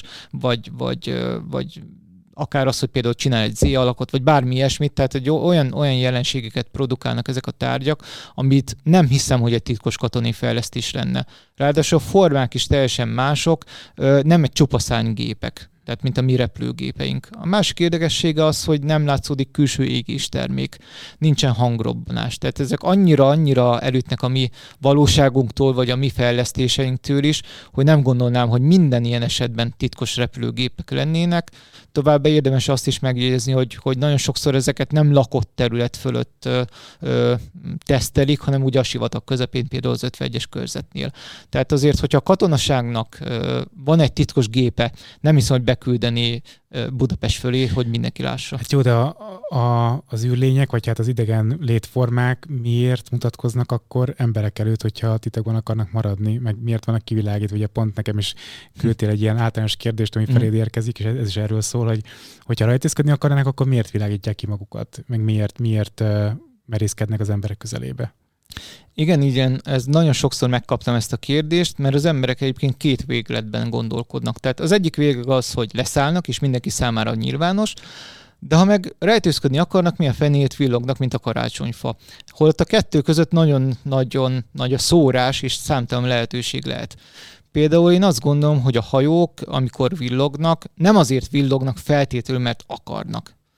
vagy akár az, hogy például csinál egy Z-alakot, vagy bármi ilyesmit, tehát egy olyan jelenségeket produkálnak ezek a tárgyak, amit nem hiszem, hogy egy titkos katonai fejlesztés lenne. Ráadásul a formák is teljesen mások, nem egy csupaszárny gépek, tehát mint a mi repülőgépeink. A másik érdekessége az, hogy nem látszódik külső égéstermék, nincsen hangrobbanás. Tehát ezek annyira elütnek a mi valóságunktól, vagy a mi fejlesztéseinktől is, hogy nem gondolnám, hogy minden ilyen esetben titkos repülőgépek lennének. Továbbá érdemes azt is megjegyezni, hogy nagyon sokszor ezeket nem lakott terület fölött tesztelik, hanem ugye a sivatag közepén, például az 51-es körzetnél. Tehát azért, hogyha a katonaságnak van egy titkos gépe, nem hiszem, hogy beküldeni Budapest fölé, hogy mindenki lássa. Hát jó, de az űrlények, vagy hát az idegen létformák miért mutatkoznak akkor emberek előtt, hogyha titokban akarnak maradni, meg miért vannak kivilágítva? Ugye pont nekem is küldtél egy ilyen általános kérdést, ami feléd érkezik, és ez is erről szól, hogyha rajtészkedni akarnak, akkor miért világítják ki magukat? Meg miért merészkednek az emberek közelébe? Igen, ez nagyon sokszor megkaptam ezt a kérdést, mert az emberek egyébként két végletben gondolkodnak. Tehát az egyik végleg az, hogy leszállnak, és mindenki számára nyilvános, de ha meg rejtőzködni akarnak, milyen fenét villognak, mint a karácsonyfa. Holott a kettő között nagyon-nagyon nagy a szórás, és számtalan lehetőség lehet. Például én azt gondolom, hogy a hajók, amikor villognak, nem azért villognak feltétlenül, mert akarnak.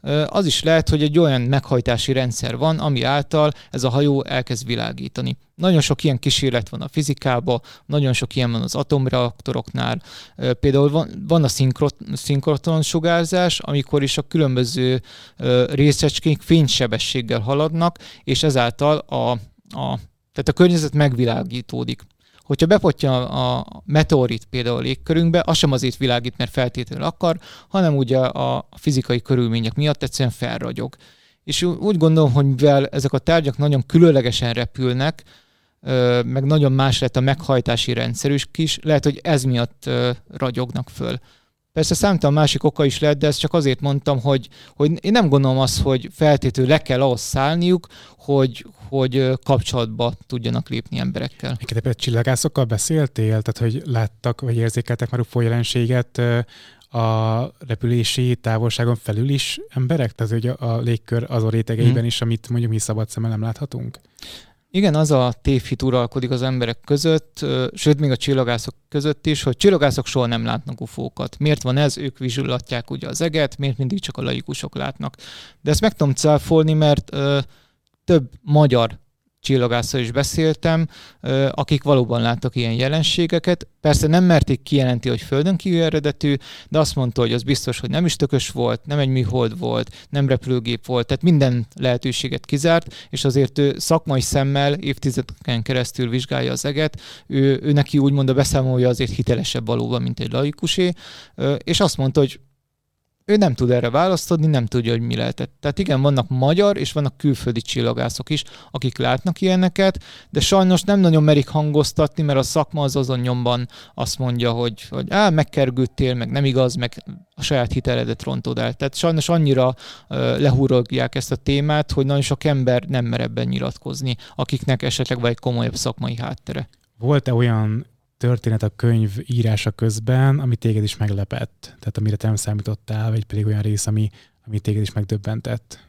Az is lehet, hogy egy olyan meghajtási rendszer van, ami által ez a hajó elkezd világítani. Nagyon sok ilyen kísérlet van a fizikában, nagyon sok ilyen van az atomreaktoroknál. Például van a szinkroton sugárzás, amikor is a különböző részecskék fénysebességgel haladnak, és ezáltal tehát a környezet megvilágítódik. Hogyha bepottya a meteorit például a légkörünkbe, az sem azért világít, mert feltétlenül akar, hanem ugye a fizikai körülmények miatt egyszerűen felragyog. És úgy gondolom, hogy mivel ezek a tárgyak nagyon különlegesen repülnek, meg nagyon más lett a meghajtási rendszerük is, lehet, hogy ez miatt ragyognak föl. Persze számtalan másik oka is lehet, de ezt csak azért mondtam, hogy én nem gondolom azt, hogy feltétlenül le kell ahhoz szállniuk, hogy kapcsolatba tudjanak lépni emberekkel. Például csillagászokkal beszéltél? Tehát, hogy láttak, vagy érzékeltek már UFO jelenséget a repülési távolságon felül is emberek? Tehát, hogy a légkör azon rétegeiben is, amit mondjuk mi szabad szemmel nem láthatunk? Igen, az a tévhit uralkodik az emberek között, sőt, még a csillagászok között is, hogy csillagászok soha nem látnak ufókat. Miért van ez? Ők vizsgálatják ugye az eget, miért mindig csak a laikusok látnak. De ezt meg tudom cáfolni, mert több magyar csillagásszal is beszéltem, akik valóban láttak ilyen jelenségeket. Persze nem merték kijelenti, hogy földön kívül eredetű, de azt mondta, hogy az biztos, hogy nem üstökös volt, nem egy műhold volt, nem repülőgép volt, tehát minden lehetőséget kizárt, és azért ő szakmai szemmel évtizedeken keresztül vizsgálja az eget, ő neki úgymond a beszámolója azért hitelesebb valóban, mint egy laikusé, és azt mondta, hogy ő nem tud erre választ adni, nem tudja, hogy mi lehetett. Tehát igen, vannak magyar és vannak külföldi csillagászok is, akik látnak ilyeneket, de sajnos nem nagyon merik hangoztatni, mert a szakma az azon nyomban azt mondja, hogy megkergődtél, meg nem igaz, meg a saját hiteledet rontod el. Tehát sajnos annyira lehúrogják ezt a témát, hogy nagyon sok ember nem mer ebben nyilatkozni, akiknek esetleg vagy egy komolyabb szakmai háttere. Volt-e olyan történet a könyv írása közben, ami téged is meglepett? Tehát amire te nem számítottál, vagy pedig olyan rész, ami téged is megdöbbentett?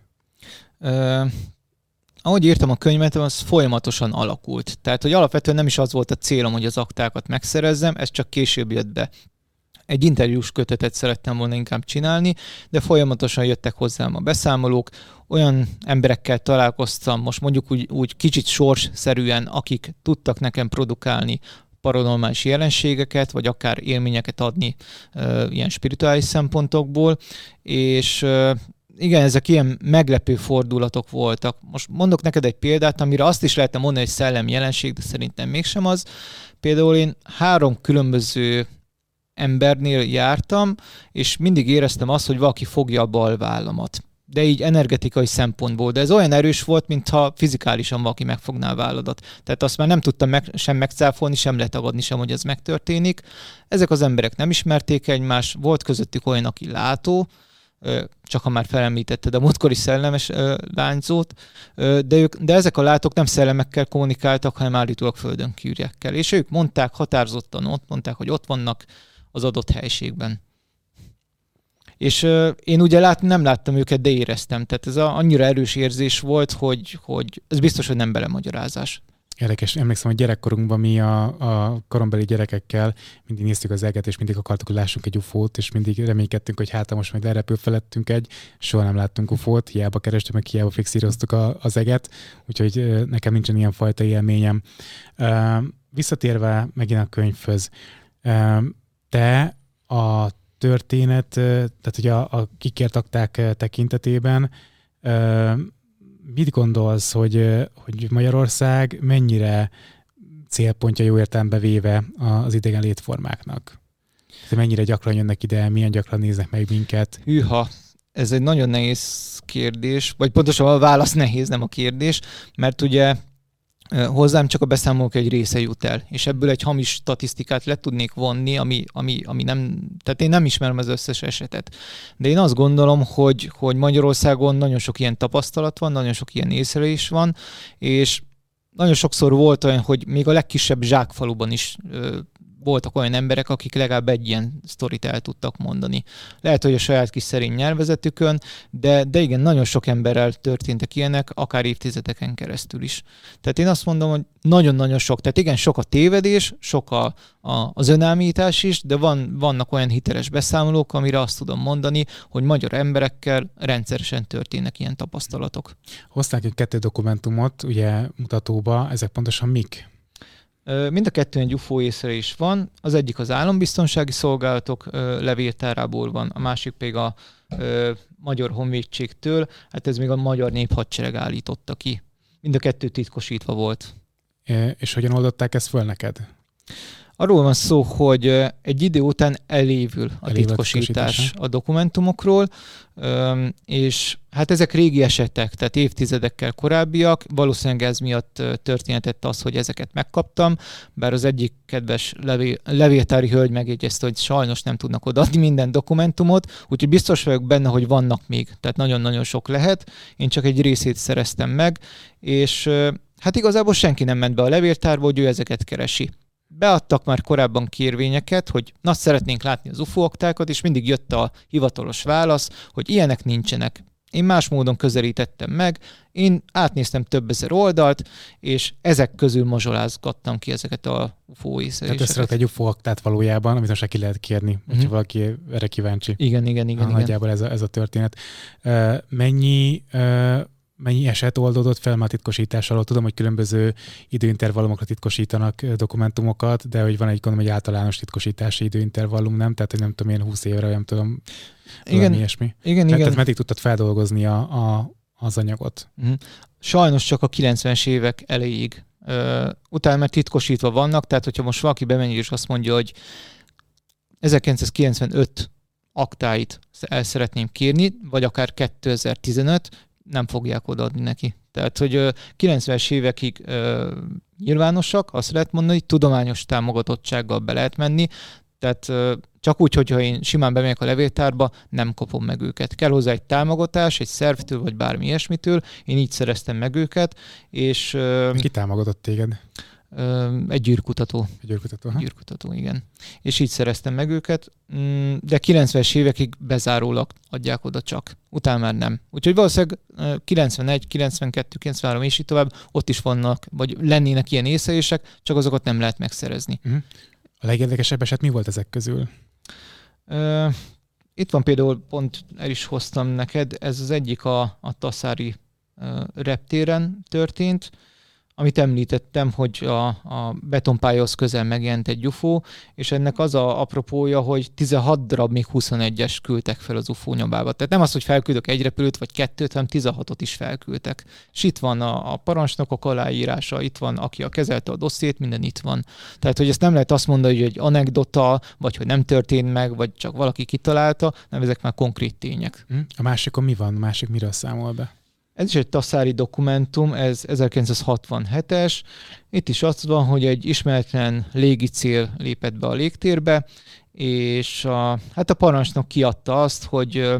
Ahogy írtam a könyvet, az folyamatosan alakult. Tehát, hogy alapvetően nem is az volt a célom, hogy az aktákat megszerezzem, ez csak később jött be. Egy interjús kötetet szerettem volna inkább csinálni, de folyamatosan jöttek hozzám a beszámolók, olyan emberekkel találkoztam, most mondjuk úgy kicsit sorsszerűen, akik tudtak nekem produkálni paranormális jelenségeket, vagy akár élményeket adni ilyen spirituális szempontokból, és igen, ezek ilyen meglepő fordulatok voltak. Most mondok neked egy példát, amire azt is lehetne mondani, hogy szellemi jelenség, de szerintem mégsem az. Például én 3 különböző embernél jártam, és mindig éreztem azt, hogy valaki fogja a bal vállamat. De így energetikai szempontból. De ez olyan erős volt, mintha fizikálisan valaki megfogná a válladat. Tehát azt már nem tudtam sem megcáfolni, sem letagadni sem, hogy ez megtörténik. Ezek az emberek nem ismerték egymást, volt közöttük olyan, aki látó, csak ha már felemlítetted a múltkori szellemes lányzót, de ezek a látók nem szellemekkel kommunikáltak, hanem állítólag földön kívüliekkel. És ők mondták, határozottan ott mondták, hogy ott vannak az adott helységben. És én ugye nem láttam őket, de éreztem. Tehát ez annyira erős érzés volt, hogy ez biztos, hogy nem belemagyarázás. Érdekes, emlékszem, hogy gyerekkorunkban mi a korombeli gyerekekkel mindig néztük az eget, és mindig akartuk, hogy lássunk egy ufót, és mindig reménykedtünk, hogy hát most meg lerepül felettünk soha nem láttunk ufót, hiába kerestük, meg hiába fixíroztuk az eget, úgyhogy nekem nincsen ilyen fajta élményem. Visszatérve megint a könyvhöz, te a történet, tehát hogy a kikért akták tekintetében mit gondolsz, hogy Magyarország mennyire célpontja jó értelembe véve az idegen létformáknak? Mennyire gyakran jönnek ide, milyen gyakran néznek meg minket? Hűha, ez egy nagyon nehéz kérdés, vagy pontosabban a válasz nehéz, nem a kérdés, mert ugye hozzám csak a beszámolók egy része jut el, és ebből egy hamis statisztikát le tudnék vonni, ami nem, tehát én nem ismerem az összes esetet. De én azt gondolom, hogy Magyarországon nagyon sok ilyen tapasztalat van, nagyon sok ilyen észlelés van, és nagyon sokszor volt olyan, hogy még a legkisebb zsákfaluban is voltak olyan emberek, akik legalább egy ilyen sztorit el tudtak mondani. Lehet, hogy a saját kis szerény nyelvezetükön, de igen, nagyon sok emberrel történtek ilyenek, akár évtizedeken keresztül is. Tehát én azt mondom, hogy nagyon-nagyon sok. Tehát igen, sok a tévedés, sok az önállítás is, de vannak olyan hiteles beszámolók, amire azt tudom mondani, hogy magyar emberekkel rendszeresen történnek ilyen tapasztalatok. Hozták egy 2 dokumentumot, ugye mutatóba, ezek pontosan mik? Mind a 2 egy UFO észlelés van, az egyik az állambiztonsági szolgálatok levéltárából van, a másik pedig a Magyar Honvédségtől, hát ez még a Magyar Néphadsereg állította ki. Mind a 2 titkosítva volt. És hogyan oldották ezt föl neked? Arról van szó, hogy egy idő után elévül a titkosítás a dokumentumokról, és hát ezek régi esetek, tehát évtizedekkel korábbiak, valószínűleg ez miatt történhetett az, hogy ezeket megkaptam, bár az egyik kedves levéltári hölgy megjegyezte, hogy sajnos nem tudnak odaadni minden dokumentumot, úgyhogy biztos vagyok benne, hogy vannak még, tehát nagyon-nagyon sok lehet, én csak egy részét szereztem meg, és hát igazából senki nem ment be a levéltárba, hogy ő ezeket keresi. Beadtak már korábban kérvényeket, hogy szeretnénk látni az UFO aktákat, és mindig jött a hivatalos válasz, hogy ilyenek nincsenek. Én más módon közelítettem meg, én átnéztem több ezer oldalt, és ezek közül mazsolázgattam ki ezeket a UFO észleléseket. Tehát ez egy UFO aktát valójában, amit most ki lehet kérni, hogyha valaki erre kíváncsi. Igen. Nagyjából ez a történet. Mennyi eset oldódott fel már titkosítás alatt? Tudom, hogy különböző időintervallumokra titkosítanak dokumentumokat, de hogy van egy általános titkosítási időintervallum, nem? Tehát, hogy nem tudom, ilyen 20 évre, nem tudom, valami ilyesmi. Igen. Tehát meddig tudtad feldolgozni az anyagot? Sajnos csak a 90-es évek elejéig. Utána már titkosítva vannak, tehát hogyha most valaki bemegy és azt mondja, hogy 1995 aktáit el szeretném kérni, vagy akár 2015, nem fogják odaadni neki. Tehát, hogy 90-es évekig nyilvánosak, azt lehet mondani, hogy tudományos támogatottsággal be lehet menni, tehát csak úgy, hogyha én simán bemegyek a levéltárba, nem kapom meg őket. Kell hozzá egy támogatás, egy szervtől, vagy bármi ilyesmitől, én így szereztem meg őket, és... Ki támogatott téged? Egy űrkutató. Űrkutató, igen. És így szereztem meg őket, de 90-es évekig bezárólag adják oda csak. Utána már nem. Úgyhogy valószínűleg 91, 92, 93 és így tovább ott is vannak, vagy lennének ilyen észlelések, csak azokat nem lehet megszerezni. A legérdekesebb eset mi volt ezek közül? Itt van például, pont el is hoztam neked, ez az egyik a Taszári reptéren történt, amit említettem, hogy a betonpályához közel megjelent egy UFO, és ennek az a apropója, hogy 16 darab még 21-es küldtek fel az UFO nyomába. Tehát nem az, hogy felküldök egy repülőt vagy 2-t, hanem 16-ot is felküldtek. És itt van a parancsnokok aláírása, itt van, aki kezelte a dossziét, minden itt van. Tehát, hogy ezt nem lehet azt mondani, hogy egy anekdota, vagy hogy nem történt meg, vagy csak valaki kitalálta, nem, ezek már konkrét tények. A másikon mi van? A másik miről számol be? Ez is egy taszári dokumentum, ez 1967-es. Itt is az van, hogy egy ismeretlen légicél lépett be a légtérbe, és a parancsnok kiadta azt, hogy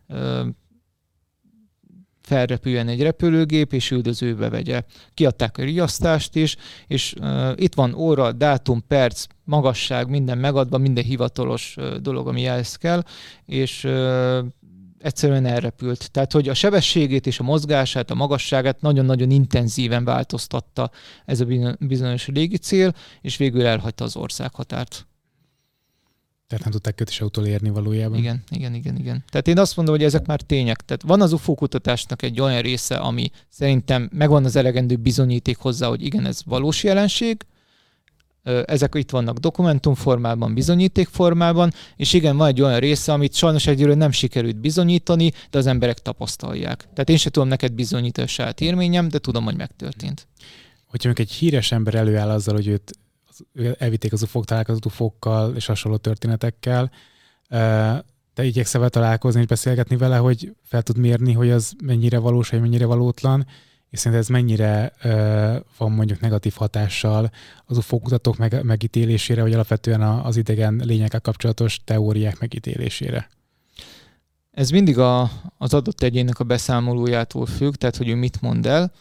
felrepüljen egy repülőgép, és üldözőbe vegye. Kiadták a riasztást is, és itt van óra, dátum, perc, magasság, minden megadva, minden hivatalos dolog, ami ehhez kell, és egyszerűen elrepült. Tehát, hogy a sebességét és a mozgását, a magasságát nagyon-nagyon intenzíven változtatta ez a bizonyos légicél, és végül elhagyta az országhatárt. Tehát nem tudták kötésautóval érni valójában. Igen. Tehát én azt mondom, hogy ezek már tények. Tehát van az UFO kutatásnak egy olyan része, ami szerintem megvan az elegendő bizonyíték hozzá, hogy igen, ez valós jelenség. Ezek itt vannak dokumentumformában, bizonyítékformában, és igen, van egy olyan része, amit sajnos egyről nem sikerült bizonyítani, de az emberek tapasztalják. Tehát én sem tudom neked bizonyítani a saját élményem, de tudom, hogy megtörtént. Hogyha egy híres ember előáll azzal, hogy őt elvitték az UFO-k, találkozott UFO-kkal és hasonló történetekkel, te igyekszel vele találkozni és beszélgetni vele, hogy fel tud mérni, hogy az mennyire valós, vagy mennyire valótlan, és szerintem ez mennyire van mondjuk negatív hatással az UFO kutatók megítélésére, vagy alapvetően az idegen lényekkel kapcsolatos teóriák megítélésére? Ez mindig az adott egyénnek a beszámolójától függ, tehát hogy ő mit mond el.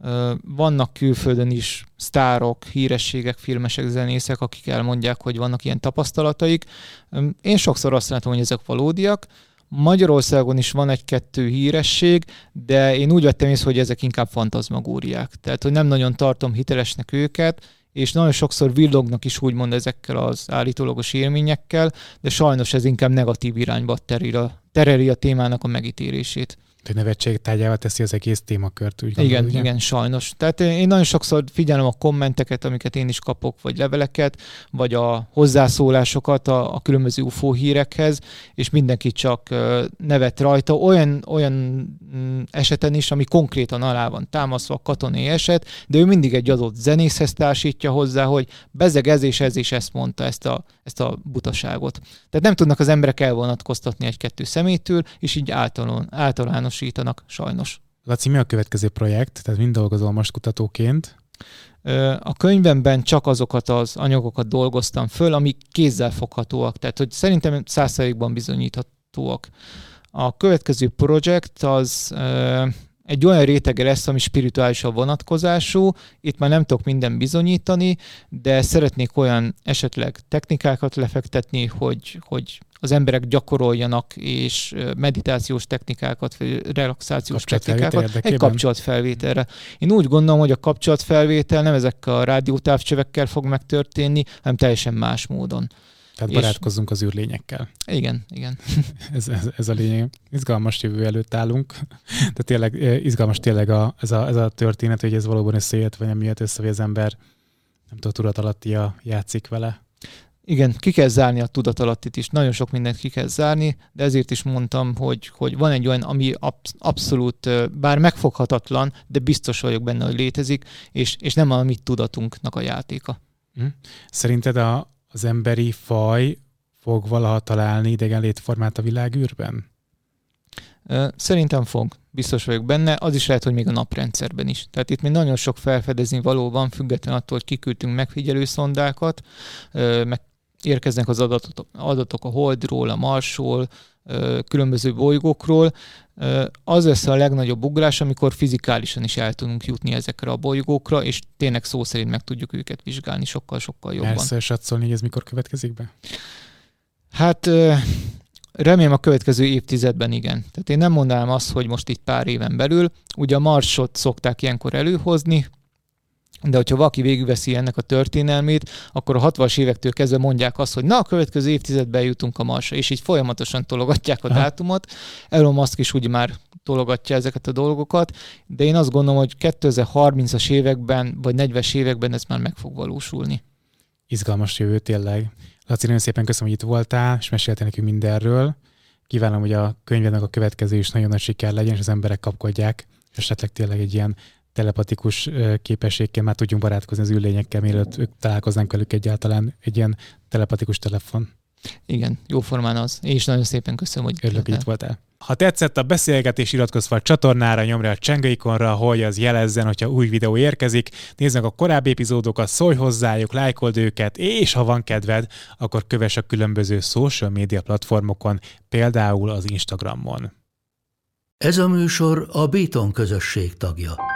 Vannak külföldön is sztárok, hírességek, filmesek, zenészek, akik elmondják, hogy vannak ilyen tapasztalataik. Én sokszor azt látom, hogy ezek valódiak. Magyarországon is van egy-kettő híresség, de én úgy vettem észre, hogy ezek inkább fantazmagóriák. Tehát, hogy nem nagyon tartom hitelesnek őket, és nagyon sokszor villognak is úgymond ezekkel az állítólagos élményekkel, de sajnos ez inkább negatív irányba tereli a témának a megítélését. Hogy nevetség tárgyává teszi az egész témakört. Úgy Igen, ugye? Igen, sajnos. Tehát én nagyon sokszor figyelem a kommenteket, amiket én is kapok, vagy leveleket, vagy a hozzászólásokat a különböző UFO hírekhez, és mindenki csak nevet rajta. Olyan eseten is, ami konkrétan alá van támaszva, katonai eset, de ő mindig egy adott zenészhez társítja hozzá, hogy bezeg ez és ezt mondta, ezt a butaságot. Tehát nem tudnak az emberek elvonatkoztatni egy-kettő személytől, és így általánosítanak, sajnos. Laci, mi a következő projekt? Tehát mind dolgozol most kutatóként? A könyvemben csak azokat az anyagokat dolgoztam föl, amik kézzelfoghatóak, tehát hogy szerintem 100%-ban bizonyíthatóak. A következő projekt az egy olyan rétege lesz, ami spirituálisabb vonatkozású. Itt már nem tudok mindent bizonyítani, de szeretnék olyan esetleg technikákat lefektetni, hogy az emberek gyakoroljanak, és meditációs technikákat, vagy relaxációs technikákat egy kapcsolatfelvételre. Én úgy gondolom, hogy a kapcsolatfelvétel nem ezekkel a rádiótávcsövekkel fog megtörténni, hanem teljesen más módon. Tehát barátkozzunk az űrlényekkel. Igen. ez a lényeg. Izgalmas jövő előtt állunk. Tehát tényleg izgalmas tényleg ez a történet, hogy ez valóban összejött, vagy nem jött össze, hogy az ember nem tudom, tudatalattia játszik vele. Igen, ki kell zárni a tudatalattit is. Nagyon sok mindent ki kell zárni, de ezért is mondtam, hogy van egy olyan, ami abszolút, bár megfoghatatlan, de biztos vagyok benne, hogy létezik, és nem a mi tudatunknak a játéka. Szerinted az emberi faj fog valaha találni idegen létformát a világűrben? Szerintem fog. Biztos vagyok benne. Az is lehet, hogy még a naprendszerben is. Tehát itt még nagyon sok felfedezni való van, független attól, hogy kiküldtünk megfigyelő szondákat, meg érkeznek az adatok a Holdról, a Marsról, különböző bolygókról. Az lesz a legnagyobb ugrás, amikor fizikálisan is el tudunk jutni ezekre a bolygókra, és tényleg szó szerint meg tudjuk őket vizsgálni sokkal-sokkal jobban. Persze, satszolni, hogy ez mikor következik be? Hát remélem a következő évtizedben igen. Tehát én nem mondanám azt, hogy most itt pár éven belül. Ugye a Marsot szokták ilyenkor előhozni, de hogyha valaki végigveszi ennek a történelmét, akkor a 60-as évektől kezdve mondják azt, hogy na, a következő évtizedben jutunk a Marsra, és így folyamatosan tologatják a dátumot. Elon Musk is úgy már tologatja ezeket a dolgokat, de én azt gondolom, hogy 2030-as években, vagy 40-es években ez már meg fog valósulni. Izgalmas jövő tényleg. Laci, nagyon szépen köszönöm, hogy itt voltál, és meséltél nekünk mindenről. Kívánom, hogy a könyvednek a következő is nagyon nagy siker legyen, és az emberek kapkodják, és esetleg tényleg egy ilyen telepatikus képességgel már tudjunk barátkozni az űrlényekkel, mielőtt ők találkoznánk velük egyáltalán, egy ilyen telepatikus telefon. Igen, jóformán az. Én is nagyon szépen köszönöm, hogy örülök, hogy itt voltál. Ha tetszett a beszélgetés, iratkozz fel a csatornára, nyomj rá a csengőikonra, hogy az jelezzen, hogyha új videó érkezik. Nézd meg a korábbi epizódokat, szólj hozzájuk, lájkold őket, és ha van kedved, akkor kövess a különböző social media platformokon, például az Instagramon. Ez a műsor a Béton közösség tagja.